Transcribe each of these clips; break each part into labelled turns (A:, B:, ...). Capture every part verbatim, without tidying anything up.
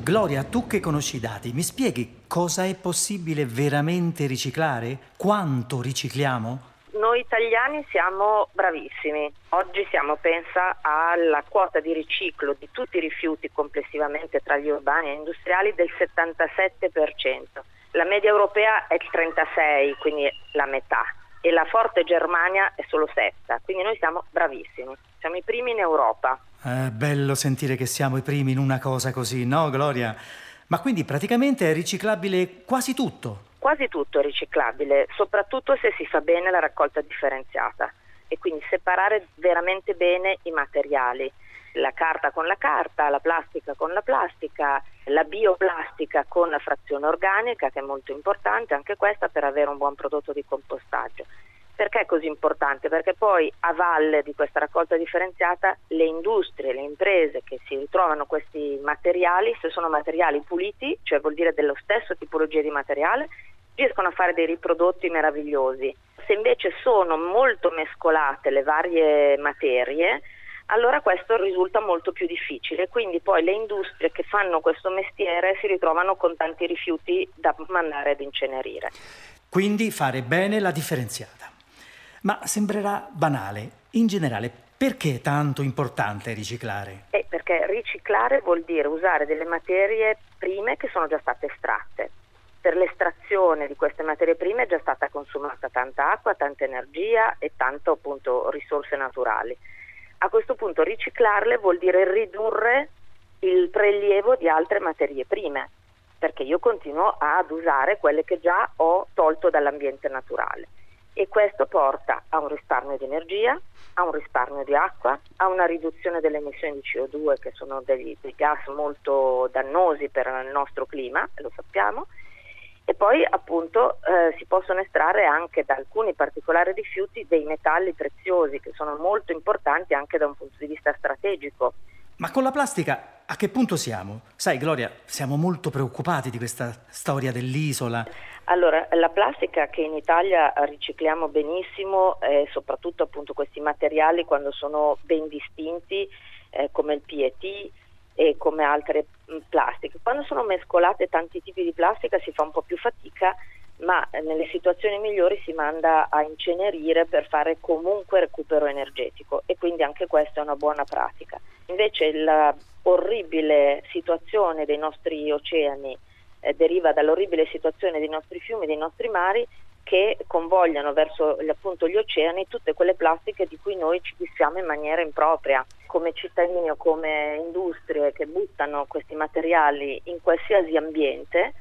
A: Gloria, tu che conosci i dati, mi spieghi cosa è possibile veramente riciclare? Quanto ricicliamo?
B: Noi italiani siamo bravissimi. Oggi siamo, pensa, alla quota di riciclo di tutti i rifiuti complessivamente tra gli urbani e industriali del settantasette per cento. La media europea è il trentasei per cento, quindi la metà, e la forte Germania è solo setta, quindi noi siamo bravissimi. Siamo i primi in Europa.
A: È bello sentire che siamo i primi in una cosa così, no, Gloria? Ma quindi praticamente è riciclabile quasi tutto?
B: Quasi tutto è riciclabile, soprattutto se si fa bene la raccolta differenziata e quindi separare veramente bene i materiali. La carta con la carta, la plastica con la plastica, la bioplastica con la frazione organica, che è molto importante anche questa per avere un buon prodotto di compostaggio. Perché è così importante? Perché poi a valle di questa raccolta differenziata le industrie, le imprese che si ritrovano questi materiali, se sono materiali puliti, cioè vuol dire dello stesso tipologia di materiale, riescono a fare dei riprodotti meravigliosi. Se invece sono molto mescolate le varie materie, allora questo risulta molto più difficile, quindi poi le industrie che fanno questo mestiere si ritrovano con tanti rifiuti da mandare ad incenerire.
A: Quindi fare bene la differenziata. Ma sembrerà banale, in generale, perché è tanto importante riciclare?
B: Eh, perché riciclare vuol dire usare delle materie prime che sono già state estratte. Per l'estrazione di queste materie prime è già stata consumata tanta acqua, tanta energia e tante appunto risorse naturali. A questo punto riciclarle vuol dire ridurre il prelievo di altre materie prime, perché io continuo ad usare quelle che già ho tolto dall'ambiente naturale. E questo porta a un risparmio di energia, a un risparmio di acqua, a una riduzione delle emissioni di C O due, che sono dei, dei gas molto dannosi per il nostro clima, lo sappiamo, e poi appunto eh, si possono estrarre anche da alcuni particolari rifiuti dei metalli preziosi che sono molto importanti anche da un punto di vista strategico.
A: Ma con la plastica a che punto siamo? Sai, Gloria, siamo molto preoccupati di questa storia dell'isola.
B: Allora, la plastica che in Italia ricicliamo benissimo, eh, soprattutto appunto questi materiali quando sono ben distinti, eh, come il P E T e come altre mh, plastiche. Quando sono mescolate tanti tipi di plastica si fa un po' più fatica, ma eh, nelle situazioni migliori si manda a incenerire per fare comunque recupero energetico e quindi anche questa è una buona pratica. Invece la orribile situazione dei nostri oceani eh, deriva dall'orribile situazione dei nostri fiumi, dei nostri mari, che convogliano verso appunto gli oceani tutte quelle plastiche di cui noi ci disfiamo in maniera impropria. Come cittadini o come industrie che buttano questi materiali in qualsiasi ambiente,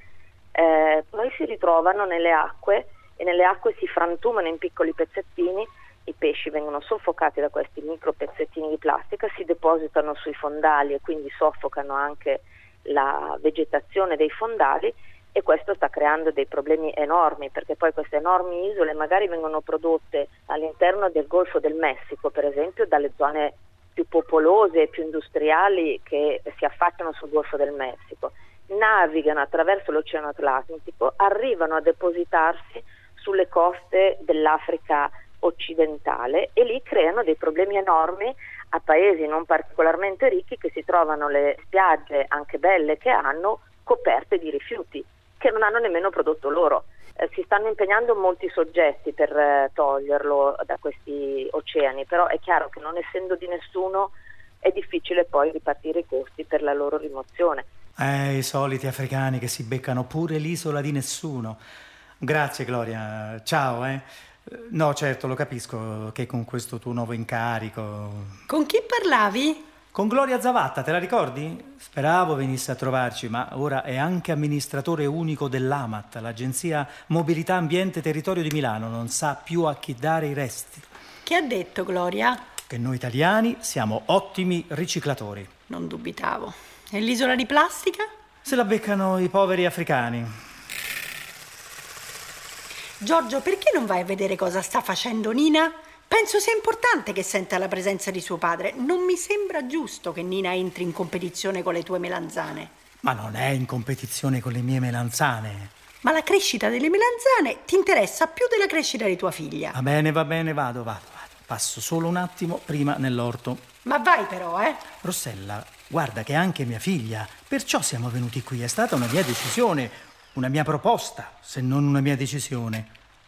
B: eh, poi si ritrovano nelle acque e nelle acque si frantumano in piccoli pezzettini, i pesci vengono soffocati da questi micro pezzettini di plastica, si depositano sui fondali e quindi soffocano anche la vegetazione dei fondali, e questo sta creando dei problemi enormi, perché poi queste enormi isole magari vengono prodotte all'interno del Golfo del Messico, per esempio, dalle zone più popolose e più industriali che si affacciano sul Golfo del Messico, navigano attraverso l'Oceano Atlantico, arrivano a depositarsi sulle coste dell'Africa occidentale e lì creano dei problemi enormi a paesi non particolarmente ricchi che si trovano le spiagge, anche belle che hanno, coperte di rifiuti che non hanno nemmeno prodotto loro. Eh, si stanno impegnando molti soggetti per eh, toglierlo da questi oceani, però è chiaro che non essendo di nessuno è difficile poi ripartire i costi per la loro rimozione.
A: Eh, i soliti africani che si beccano pure l'isola di nessuno. Grazie Gloria, ciao eh. No, certo, lo capisco che con questo tuo nuovo incarico...
C: Con chi parlavi?
A: Con Gloria Zavatta, te la ricordi? Speravo venisse a trovarci, ma ora è anche amministratore unico dell'A M A T, l'Agenzia Mobilità Ambiente Territorio di Milano. Non sa più a chi dare i resti.
C: Che ha detto Gloria?
A: Che noi italiani siamo ottimi riciclatori.
C: Non dubitavo. E l'isola di plastica?
A: Se la beccano i poveri africani.
C: Giorgio, perché non vai a vedere cosa sta facendo Nina? Penso sia importante che senta la presenza di suo padre. Non mi sembra giusto che Nina entri in competizione con le tue melanzane.
A: Ma non è in competizione con le mie melanzane.
C: Ma la crescita delle melanzane ti interessa più della crescita di tua figlia.
A: Va bene, va bene, vado, vado, vado. Passo solo un attimo prima nell'orto.
C: Ma vai però, eh?
A: Rossella, guarda che anche mia figlia, perciò siamo venuti qui, è stata una mia decisione, una mia proposta, se non una mia decisione.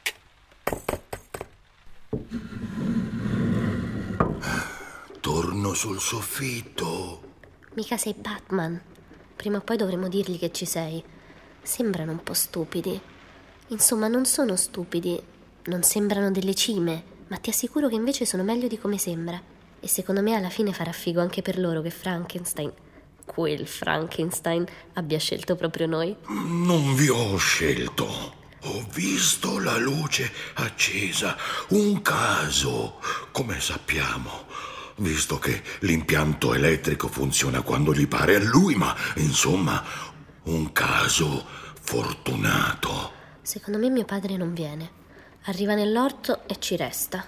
D: Torno sul soffitto.
E: Mica sei Batman. Prima o poi dovremo dirgli che ci sei. Sembrano un po' stupidi. Insomma, non sono stupidi, non sembrano delle cime, ma ti assicuro che invece sono meglio di come sembra. E secondo me alla fine farà figo anche per loro che Frankenstein, quel Frankenstein, abbia scelto proprio noi.
D: Non vi ho scelto. Ho visto la luce accesa. Un caso, come sappiamo, visto che l'impianto elettrico funziona quando gli pare a lui, ma insomma, un caso fortunato.
E: Secondo me mio padre non viene. Arriva nell'orto e ci resta.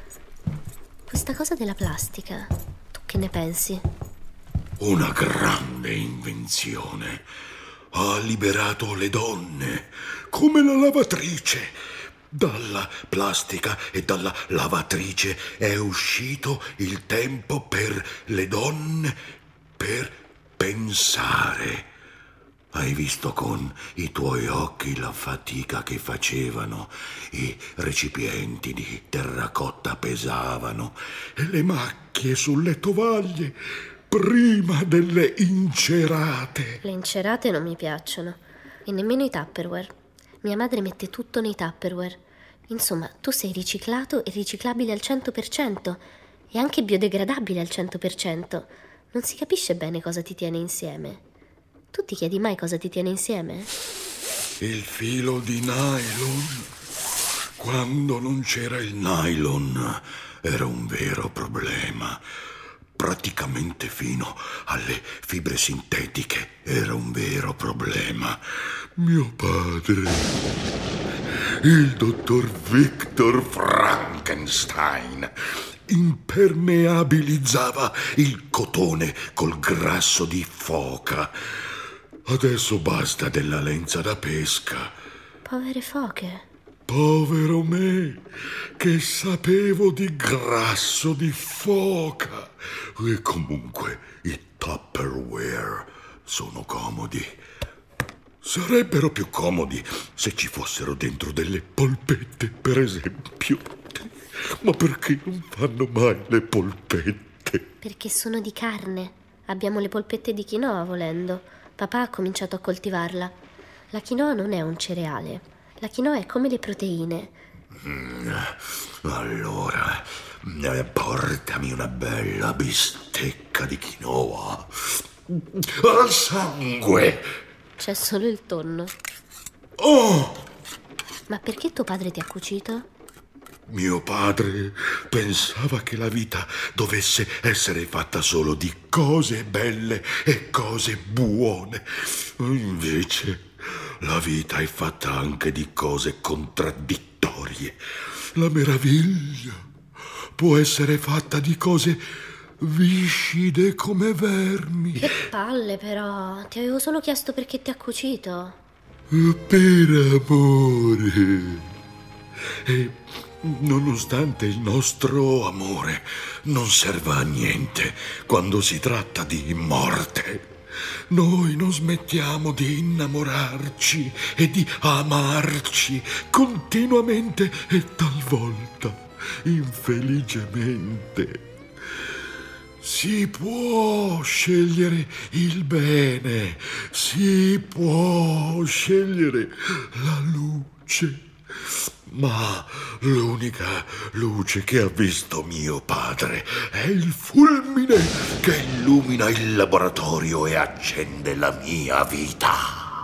E: Questa cosa della plastica, tu che ne pensi?
D: Una grande invenzione. Ha liberato le donne, come la lavatrice. Dalla plastica e dalla lavatrice è uscito il tempo per le donne per pensare. Hai visto con i tuoi occhi la fatica che facevano, i recipienti di terracotta pesavano e le macchie sulle tovaglie prima delle incerate.
E: Le incerate non mi piacciono e nemmeno i Tupperware. Mia madre mette tutto nei Tupperware. Insomma, tu sei riciclato e riciclabile al cento per cento e anche biodegradabile al cento per cento. Non si capisce bene cosa ti tiene insieme. Tu ti chiedi mai cosa ti tiene insieme?
D: Il filo di nylon. Quando non c'era il nylon era un vero problema. Praticamente fino alle fibre sintetiche era un vero problema. Mio padre, il dottor Victor Frankenstein, impermeabilizzava il cotone col grasso di foca. Adesso basta della lenza da pesca.
E: Povere foche.
D: Povero me, che sapevo di grasso di foca. E comunque i Tupperware sono comodi. Sarebbero più comodi se ci fossero dentro delle polpette, per esempio. Ma perché non fanno mai le polpette?
E: Perché sono di carne. Abbiamo le polpette di quinoa volendo. Papà ha cominciato a coltivarla. La quinoa non è un cereale. La quinoa è come le proteine.
D: Mm, allora, eh, portami una bella bistecca di quinoa. Al sangue!
E: C'è solo il tonno.
D: Oh!
E: Ma perché tuo padre ti ha cucito?
D: Mio padre pensava che la vita dovesse essere fatta solo di cose belle e cose buone. Invece la vita è fatta anche di cose contraddittorie. La meraviglia può essere fatta di cose viscide come vermi.
E: Che palle però, ti avevo solo chiesto perché ti ha cucito.
D: Per amore. E nonostante il nostro amore non serva a niente quando si tratta di morte, noi non smettiamo di innamorarci e di amarci continuamente e talvolta infelicemente. Si può scegliere il bene, si può scegliere la luce. Ma l'unica luce che ha visto mio padre è il fulmine che illumina il laboratorio e accende la mia vita.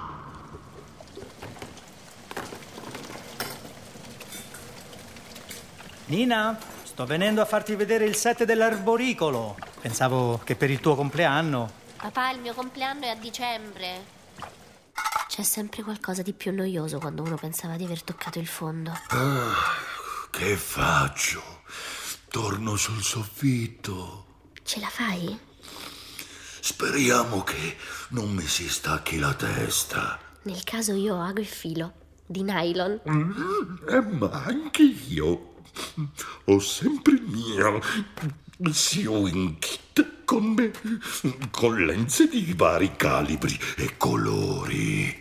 A: Nina, sto venendo a farti vedere il set dell'arboricolo. Pensavo che per il tuo compleanno.
E: Papà, il mio compleanno è a dicembre. C'è sempre qualcosa di più noioso quando uno pensava di aver toccato il fondo.
D: Ah, che faccio? Torno sul soffitto.
E: Ce la fai?
D: Speriamo che non mi si stacchi la testa.
E: Nel caso io ho ago e filo di nylon.
D: Mm, eh, ma anche io. ho sempre il mio sewing kit con me, con lenze di vari calibri e colori.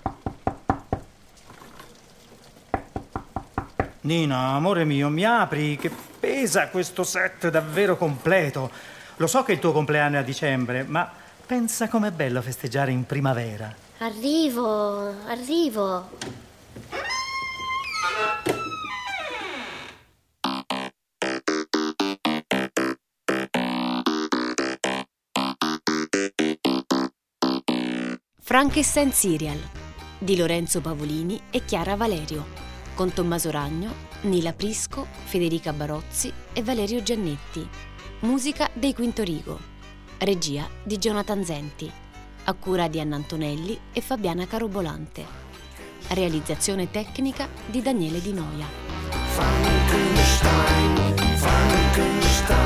A: Nina, amore mio, mi apri? Che pesa questo set davvero completo. Lo so che il tuo compleanno è a dicembre, ma pensa com'è bello festeggiare in primavera.
E: Arrivo, arrivo.
F: Frankenstein Serial di Lorenzo Pavolini e Chiara Valerio, con Tommaso Ragno, Nila Prisco, Federica Barozzi e Valerio Giannetti. Musica dei Quinto Rigo. Regia di Jonathan Zenti. A cura di Anna Antonelli e Fabiana Carobolante. Realizzazione tecnica di Daniele Di Noia.
G: Frankenstein, Frankenstein.